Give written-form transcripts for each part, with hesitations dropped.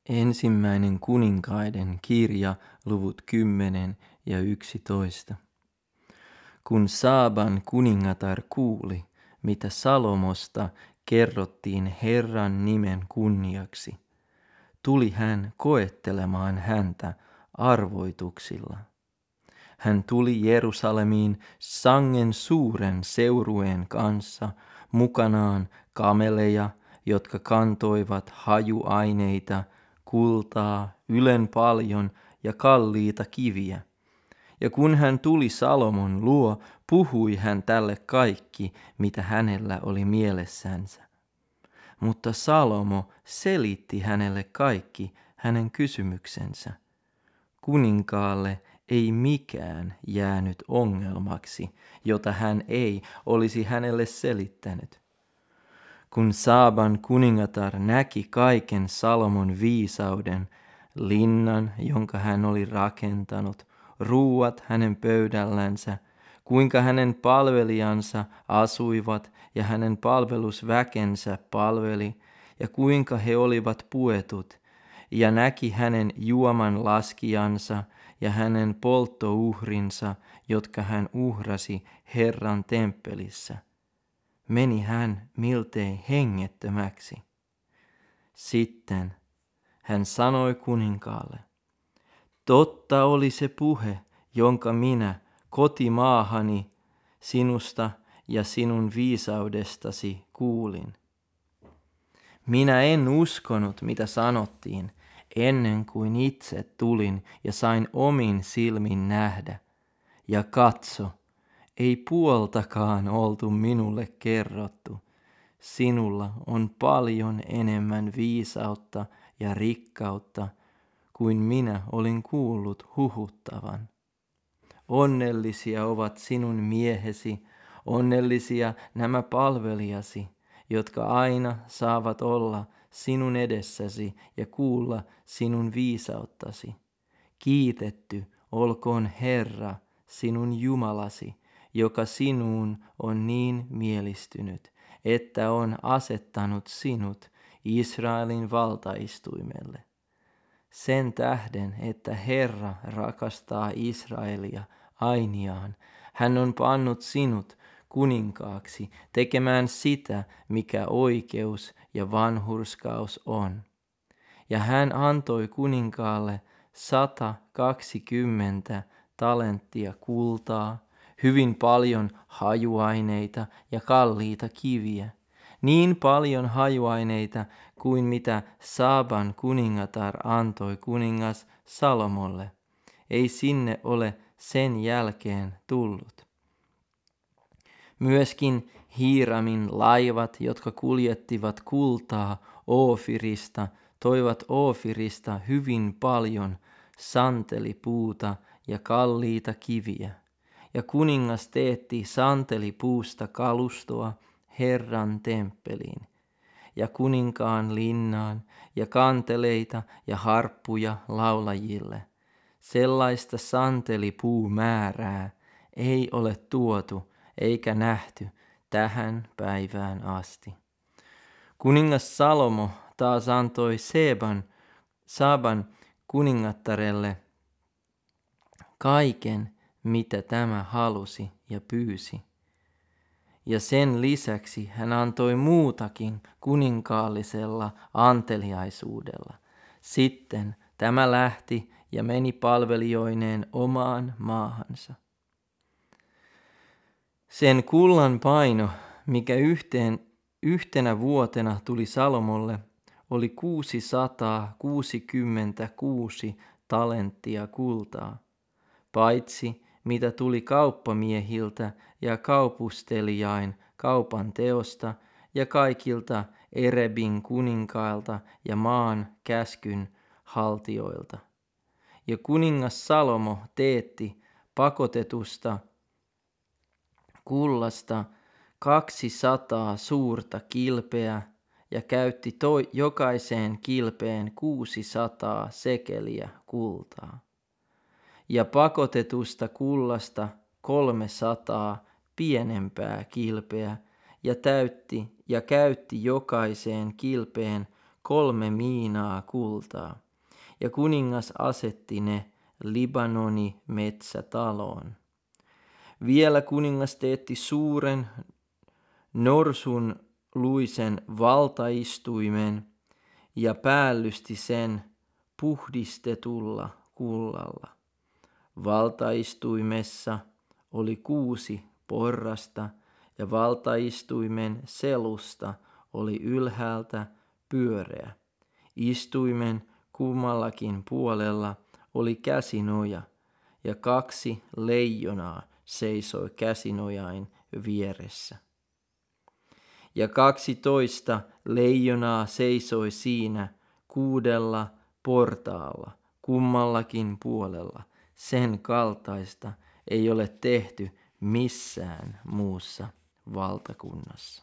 Ensimmäinen kuninkaiden kirja, luvut 10 ja 11. Kun Saaban kuningatar kuuli, mitä Salomosta kerrottiin Herran nimen kunniaksi, tuli hän koettelemaan häntä arvoituksilla. Hän tuli Jerusalemiin sangen suuren seurueen kanssa, mukanaan kameleja, jotka kantoivat hajuaineita, kultaa, ylen paljon ja kalliita kiviä. Ja kun hän tuli Salomon luo, puhui hän tälle kaikki, mitä hänellä oli mielessänsä. Mutta Salomo selitti hänelle kaikki hänen kysymyksensä. Kuninkaalle ei mikään jäänyt ongelmaksi, jota hän ei olisi hänelle selittänyt. Kun Saaban kuningatar näki kaiken Salomon viisauden, linnan, jonka hän oli rakentanut, ruuat hänen pöydällänsä, kuinka hänen palvelijansa asuivat ja hänen palvelusväkensä palveli, ja kuinka he olivat puetut, ja näki hänen juoman laskijansa ja hänen polttouhrinsa, jotka hän uhrasi Herran temppelissä. Meni hän miltei hengettömäksi. Sitten hän sanoi kuninkaalle, totta oli se puhe, jonka minä kotimaahani sinusta ja sinun viisaudestasi kuulin. Minä en uskonut, mitä sanottiin, ennen kuin itse tulin ja sain omin silmin nähdä. Ja katso, ei puoltakaan oltu minulle kerrottu. Sinulla on paljon enemmän viisautta ja rikkautta kuin minä olin kuullut huhuttavan. Onnellisia ovat sinun miehesi, onnellisia nämä palvelijasi, jotka aina saavat olla sinun edessäsi ja kuulla sinun viisauttasi. Kiitetty olkoon Herra, sinun Jumalasi, joka sinuun on niin mielistynyt, että on asettanut sinut Israelin valtaistuimelle. Sen tähden, että Herra rakastaa Israelia ainiaan, hän on pannut sinut kuninkaaksi tekemään sitä, mikä oikeus ja vanhurskaus on. Ja hän antoi kuninkaalle 120 talenttia kultaa, hyvin paljon hajuaineita ja kalliita kiviä, niin paljon hajuaineita kuin mitä Saaban kuningatar antoi kuningas Salomolle. Ei sinne ole sen jälkeen tullut. Myöskin Hiiramin laivat, jotka kuljettivat kultaa Oofirista, toivat Oofirista hyvin paljon santelipuuta ja kalliita kiviä. Ja kuningas teetti santelipuusta kalustoa Herran temppeliin, ja kuninkaan linnaan, ja kanteleita ja harppuja laulajille. Sellaista santelipuumäärää ei ole tuotu eikä nähty tähän päivään asti. Kuningas Salomo taas antoi Saaban kuningattarelle kaiken, mitä tämä halusi ja pyysi. Ja sen lisäksi hän antoi muutakin kuninkaallisella anteliaisuudella. Sitten tämä lähti ja meni palvelijoineen omaan maahansa. Sen kullan paino, mikä yhtenä vuotena tuli Salomolle, oli 666 talenttia kultaa, paitsi mitä tuli kauppamiehiltä ja kaupustelijain kaupan teosta ja kaikilta Erebin kuninkailta ja maan käskyn haltioilta. Ja kuningas Salomo teetti pakotetusta kullasta 200 suurta kilpeä ja käytti jokaiseen kilpeen 600 sekeliä kultaa. Ja pakotetusta kullasta 300 pienempää kilpeä ja käytti jokaiseen kilpeen 3 miinaa kultaa, ja kuningas asetti ne Libanoni metsätaloon. Vielä kuningas teetti suuren norsun luisen valtaistuimen ja päällysti sen puhdistetulla kullalla. Valtaistuimessa oli 6 porrasta ja valtaistuimen selusta oli ylhäältä pyöreä. Istuimen kummallakin puolella oli käsinoja ja 2 leijonaa seisoi käsinojain vieressä. Ja 12 leijonaa seisoi siinä 6 portaalla kummallakin puolella. Sen kaltaista ei ole tehty missään muussa valtakunnassa.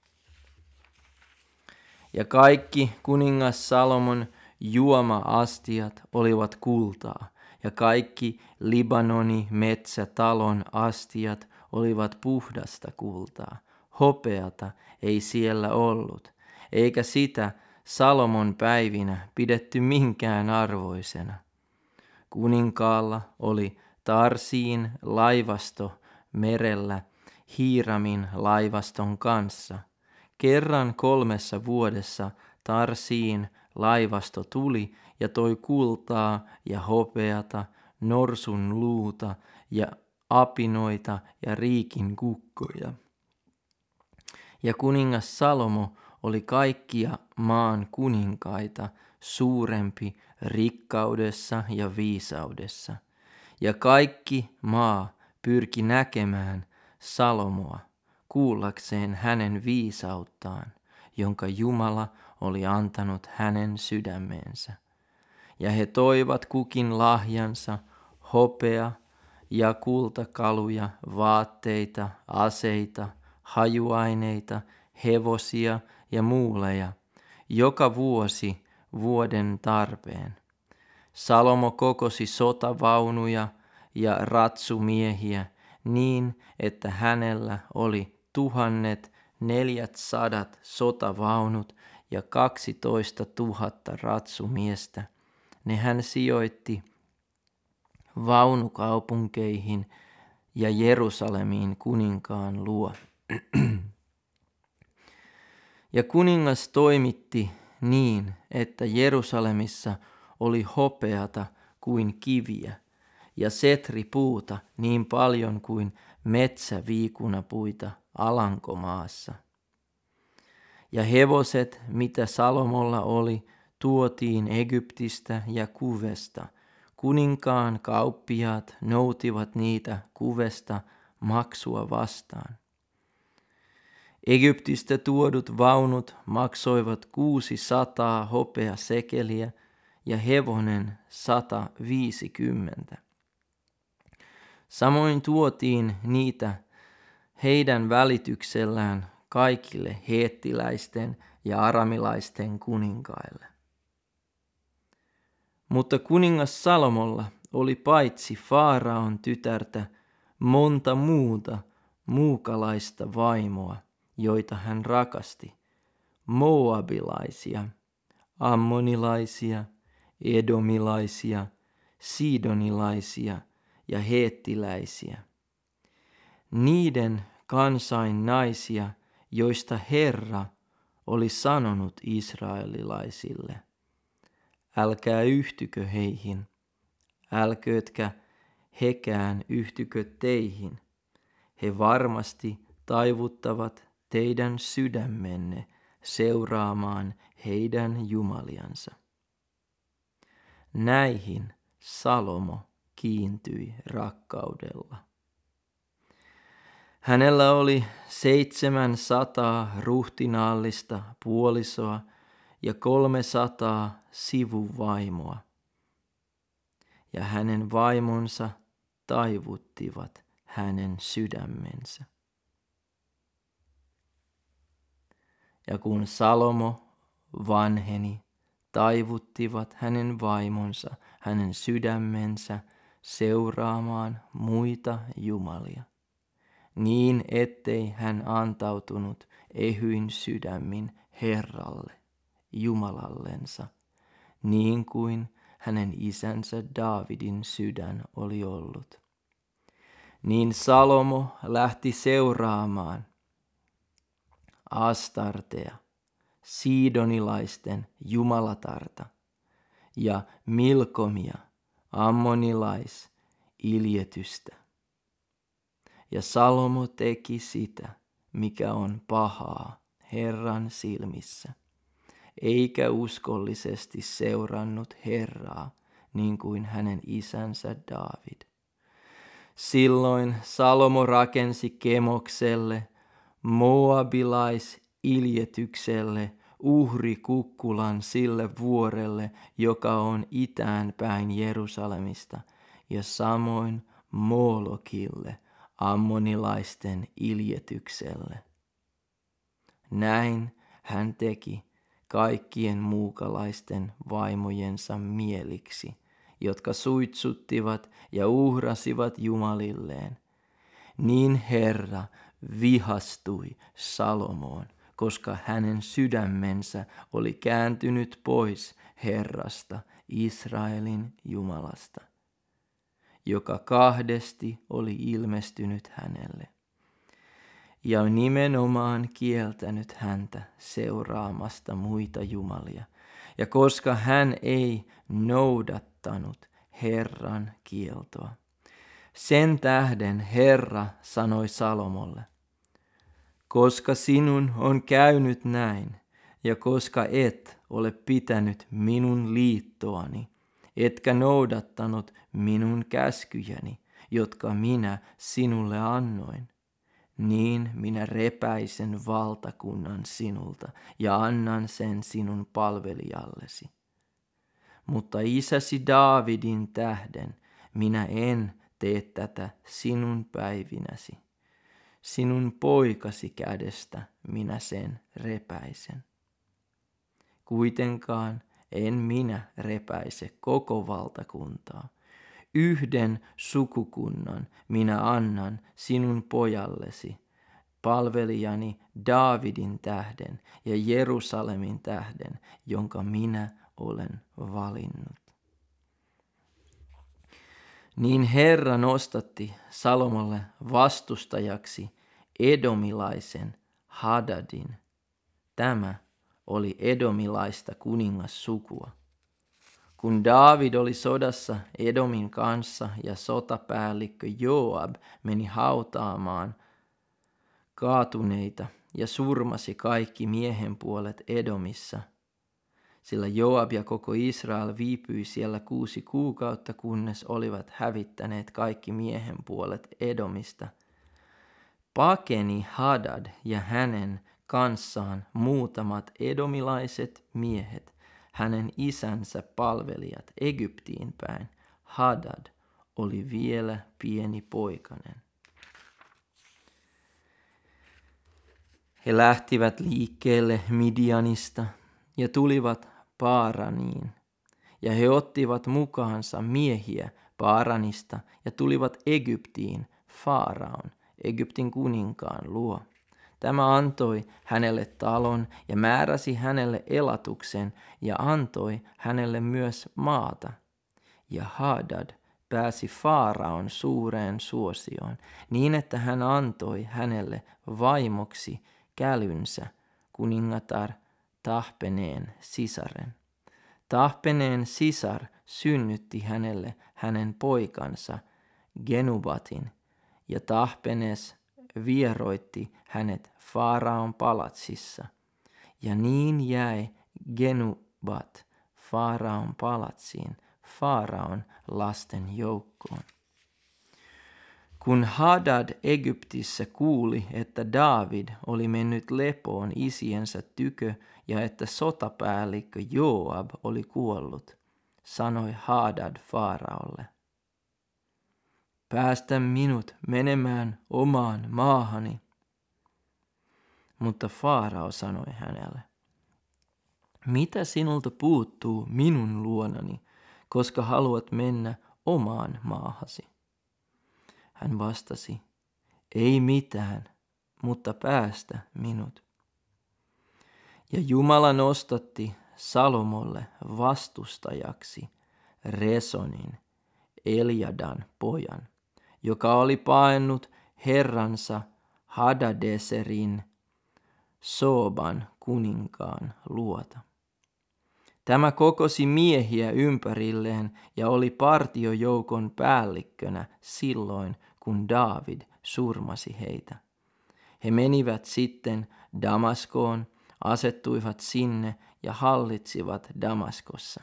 Ja kaikki kuningas Salomon juoma-astiat olivat kultaa, ja kaikki Libanoni metsätalon astiat olivat puhdasta kultaa. Hopeata ei siellä ollut, eikä sitä Salomon päivinä pidetty minkään arvoisena. Kuninkaalla oli Tarsiin laivasto merellä Hiiramin laivaston kanssa. Kerran 3 vuodessa Tarsiin laivasto tuli ja toi kultaa ja hopeata, norsun luuta ja apinoita ja riikin kukkoja. Ja kuningas Salomo oli kaikkia maan kuninkaita suurempi rikkaudessa ja viisaudessa. Ja kaikki maa pyrki näkemään Salomoa, kuullakseen hänen viisauttaan, jonka Jumala oli antanut hänen sydämeensä. Ja he toivat kukin lahjansa, hopea ja kultakaluja, vaatteita, aseita, hajuaineita, hevosia ja muuleja, joka vuosi vuoden tarpeen. Salomo kokosi sotavaunuja ja ratsumiehiä niin, että hänellä oli 1400 sotavaunut ja 12 000 ratsumiestä. Ne hän sijoitti vaunukaupunkeihin ja Jerusalemiin kuninkaan luo. Ja kuningas toimitti niin, että Jerusalemissa oli hopeata kuin kiviä ja setripuuta niin paljon kuin metsäviikunapuita Alankomaassa. Ja hevoset, mitä Salomolla oli, tuotiin Egyptistä ja Kuvesta. Kuninkaan kauppiaat noutivat niitä Kuvesta maksua vastaan. Egyptistä tuodut vaunut maksoivat 600 hopeasekeliä ja hevonen 150. Samoin tuotiin niitä heidän välityksellään kaikille heettiläisten ja aramilaisten kuninkaille. Mutta kuningas Salomolla oli paitsi Faaraon tytärtä monta muuta muukalaista vaimoa, joita hän rakasti, moabilaisia, ammonilaisia, edomilaisia, sidonilaisia ja heettiläisiä. Niiden kansain naisia, joista Herra oli sanonut israelilaisille, älkää yhtykö heihin, älköötkä hekään yhtykö teihin, he varmasti taivuttavat teidän sydämenne seuraamaan heidän jumaliansa. Näihin Salomo kiintyi rakkaudella. Hänellä oli 700 ruhtinaallista puolisoa ja 300 sivuvaimoa. Ja hänen vaimonsa taivuttivat hänen sydämensä. Ja kun Salomo vanheni, taivuttivat hänen vaimonsa hänen sydämensä seuraamaan muita jumalia, niin ettei hän antautunut ehyin sydämin Herralle, Jumalallensa, niin kuin hänen isänsä Daavidin sydän oli ollut. Niin Salomo lähti seuraamaan Astartea, Sidonilaisten jumalatarta, ja Milkomia, Ammonilais-iljetystä. Ja Salomo teki sitä, mikä on pahaa Herran silmissä, eikä uskollisesti seurannut Herraa, niin kuin hänen isänsä Daavid. Silloin Salomo rakensi Kemokselle, Moabilais-iljetykselle, uhrikukkulan sille vuorelle, joka on itään päin Jerusalemista, ja samoin Molokille, ammonilaisten iljetykselle. Näin hän teki kaikkien muukalaisten vaimojensa mieliksi, jotka suitsuttivat ja uhrasivat jumalilleen. Niin Herra vihastui Salomoon, koska hänen sydämensä oli kääntynyt pois Herrasta, Israelin Jumalasta, joka kahdesti oli ilmestynyt hänelle, ja nimenomaan kieltänyt häntä seuraamasta muita jumalia, ja koska hän ei noudattanut Herran kieltoa. Sen tähden Herra sanoi Salomolle, koska sinun on käynyt näin, ja koska et ole pitänyt minun liittoani, etkä noudattanut minun käskyjäni, jotka minä sinulle annoin, niin minä repäisen valtakunnan sinulta ja annan sen sinun palvelijallesi. Mutta isäsi Daavidin tähden minä en tee tätä sinun päivinäsi. Sinun poikasi kädestä minä sen repäisen. Kuitenkaan en minä repäise koko valtakuntaa. Yhden sukukunnan minä annan sinun pojallesi, palvelijani Daavidin tähden ja Jerusalemin tähden, jonka minä olen valinnut. Niin Herra nostatti Salomolle vastustajaksi edomilaisen Hadadin. Tämä oli edomilaista kuningassukua. Kun Daavid oli sodassa Edomin kanssa ja sotapäällikkö Joab meni hautaamaan kaatuneita ja surmasi kaikki miehenpuolet Edomissa, sillä Joab ja koko Israel viipyi siellä 6 kuukautta, kunnes olivat hävittäneet kaikki miehenpuolet Edomista, pakeni Hadad ja hänen kanssaan muutamat edomilaiset miehet, hänen isänsä palvelijat, Egyptiin päin. Hadad oli vielä pieni poikanen. He lähtivät liikkeelle Midianista ja tulivat Paaraniin. Ja he ottivat mukaansa miehiä Paaranista ja tulivat Egyptiin Faaraon, Egyptin kuninkaan luo. Tämä antoi hänelle talon ja määräsi hänelle elatuksen ja antoi hänelle myös maata. Ja Hadad pääsi Faaraon suureen suosioon niin, että hän antoi hänelle vaimoksi kälynsä, kuningatar Tahpeneen sisaren. Tahpeneen sisar synnytti hänelle hänen poikansa Genubatin, ja Tahpenes vieroitti hänet Faaraon palatsissa. Ja niin jäi Genubat Faaraon palatsiin, Faaraon lasten joukkoon. Kun Hadad Egyptissä kuuli, että Daavid oli mennyt lepoon isiensä tykö ja että sotapäällikkö Joab oli kuollut, sanoi Hadad Faaraolle, päästä minut menemään omaan maahani. Mutta Faarao sanoi hänelle, mitä sinulta puuttuu minun luonani, koska haluat mennä omaan maahasi? Hän vastasi, ei mitään, mutta päästä minut. Ja Jumala nostatti Salomolle vastustajaksi Resonin, Eljadan pojan, joka oli paennut herransa Hadadeserin, Sooban kuninkaan luota. Tämä kokosi miehiä ympärilleen ja oli partiojoukon päällikkönä silloin, kun Daavid surmasi heitä. He menivät sitten Damaskoon, asettuivat sinne ja hallitsivat Damaskossa.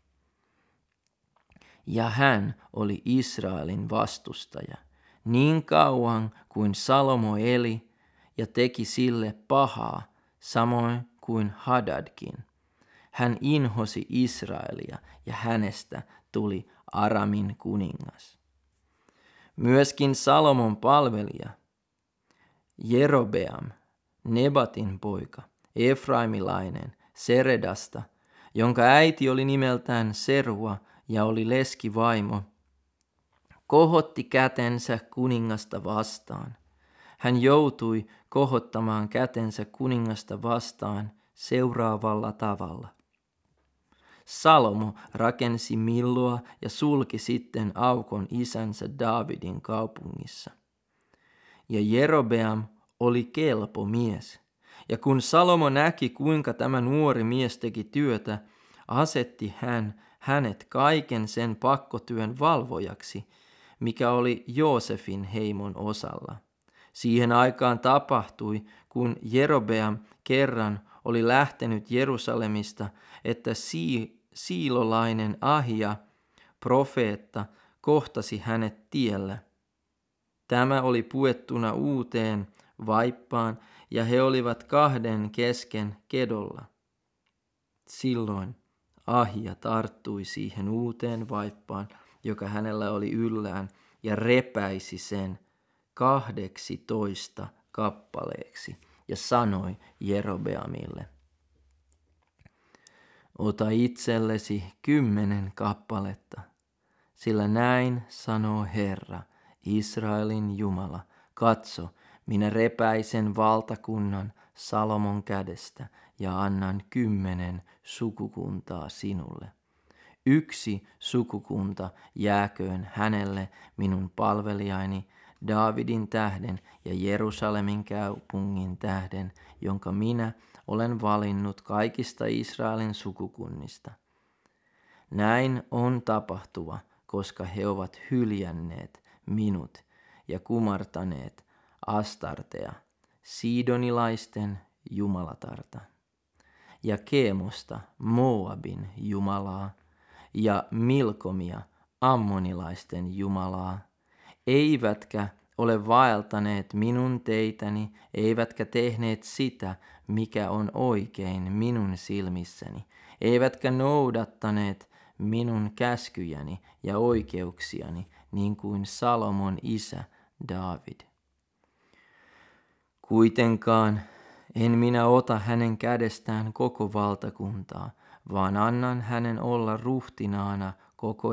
Ja hän oli Israelin vastustaja niin kauan kuin Salomo eli ja teki sille pahaa, samoin kuin Hadadkin. Hän inhosi Israelia ja hänestä tuli Aramin kuningas. Myöskin Salomon palvelija Jerobeam, Nebatin poika, efraimilainen Seredasta, jonka äiti oli nimeltään Serua ja oli leskivaimo, kohotti kätensä kuningasta vastaan. Hän joutui kohottamaan kätensä kuningasta vastaan seuraavalla tavalla. Salomo rakensi Milloa ja sulki sitten aukon isänsä Daavidin kaupungissa. Ja Jerobeam oli kelpo mies. Ja kun Salomo näki, kuinka tämä nuori mies teki työtä, asetti hän hänet kaiken sen pakkotyön valvojaksi, mikä oli Joosefin heimon osalla. Siihen aikaan tapahtui, kun Jerobeam kerran oli lähtenyt Jerusalemista, että siilolainen Ahia, profeetta, kohtasi hänet tiellä. Tämä oli puettuna uuteen vaippaan, ja he olivat kahden kesken kedolla. Silloin Ahia tarttui siihen uuteen vaippaan, joka hänellä oli yllään, ja repäisi sen 18 kappaleeksi, ja sanoi Jerobeamille: ota itsellesi 10 kappaletta, sillä näin sanoo Herra, Israelin Jumala, katso, minä repäisen valtakunnan Salomon kädestä ja annan 10 sukukuntaa sinulle. 1 sukukunta jääköön hänelle minun palvelijani Daavidin tähden ja Jerusalemin kaupungin tähden, jonka minä olen valinnut kaikista Israelin sukukunnista. Näin on tapahtuva, koska he ovat hyljänneet minut ja kumartaneet Astartea, Sidonilaisten jumalatarta, ja Keemosta, Moabin jumalaa, ja Milkomia, Ammonilaisten jumalaa, eivätkä ole vaeltaneet minun teitäni, eivätkä tehneet sitä, mikä on oikein minun silmissäni, eivätkä noudattaneet minun käskyjäni ja oikeuksiani, niin kuin Salomon isä Daavid. Kuitenkaan en minä ota hänen kädestään koko valtakuntaa, vaan annan hänen olla ruhtinaana koko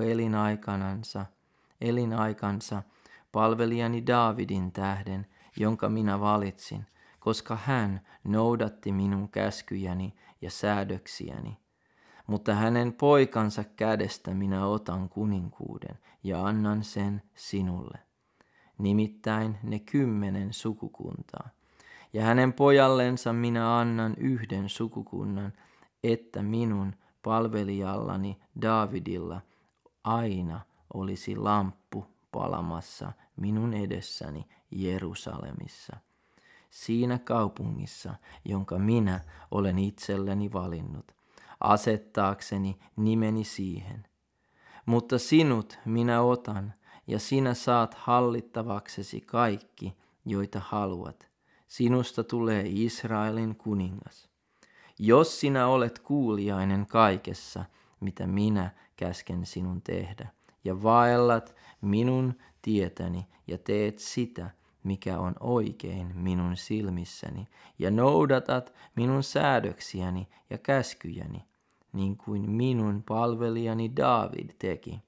elinaikansa palvelijani Daavidin tähden, jonka minä valitsin, koska hän noudatti minun käskyjäni ja säädöksiäni. Mutta hänen poikansa kädestä minä otan kuninkuuden ja annan sen sinulle, nimittäin ne 10 sukukuntaa. Ja hänen pojallensa minä annan 1 sukukunnan, että minun palvelijallani Daavidilla aina olisi lamppu palamassa minun edessäni Jerusalemissa, siinä kaupungissa, jonka minä olen itselleni valinnut, asettaakseni nimeni siihen. Mutta sinut minä otan, ja sinä saat hallittavaksesi kaikki, joita haluat. Sinusta tulee Israelin kuningas. Jos sinä olet kuuliainen kaikessa, mitä minä käsken sinun tehdä, ja vaellat minun tietäni ja teet sitä, mikä on oikein minun silmissäni, ja noudatat minun säädöksiäni ja käskyjäni, niin kuin minun palvelijani Daavid teki.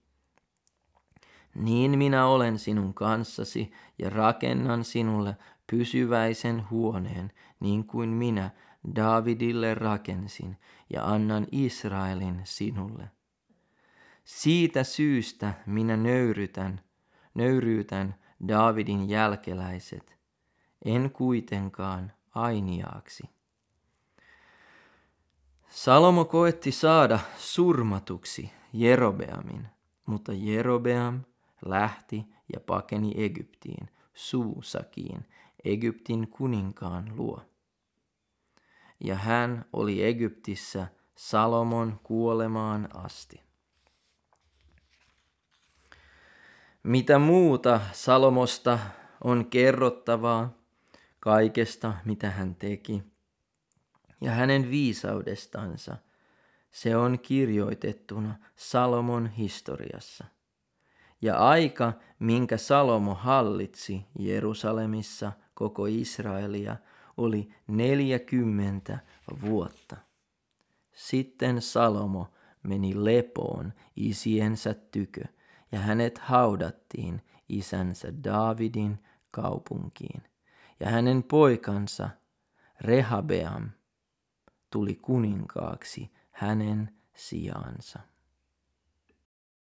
Niin minä olen sinun kanssasi ja rakennan sinulle pysyväisen huoneen, niin kuin minä Daavidille rakensin ja annan Israelin sinulle. Siitä syystä minä nöyryytän Daavidin jälkeläiset, en kuitenkaan ainiaaksi. Salomo koetti saada surmatuksi Jerobeamin, mutta Jerobeam lähti ja pakeni Egyptiin, Suusakiin, Egyptin kuninkaan luo. Ja hän oli Egyptissä Salomon kuolemaan asti. Mitä muuta Salomosta on kerrottavaa kaikesta, mitä hän teki, ja hänen viisaudestansa, se on kirjoitettuna Salomon historiassa. Ja aika, minkä Salomo hallitsi Jerusalemissa koko Israelia, oli 40 vuotta. Sitten Salomo meni lepoon isiensä tykö, ja hänet haudattiin isänsä Daavidin kaupunkiin. Ja hänen poikansa Rehabeam tuli kuninkaaksi hänen sijaansa.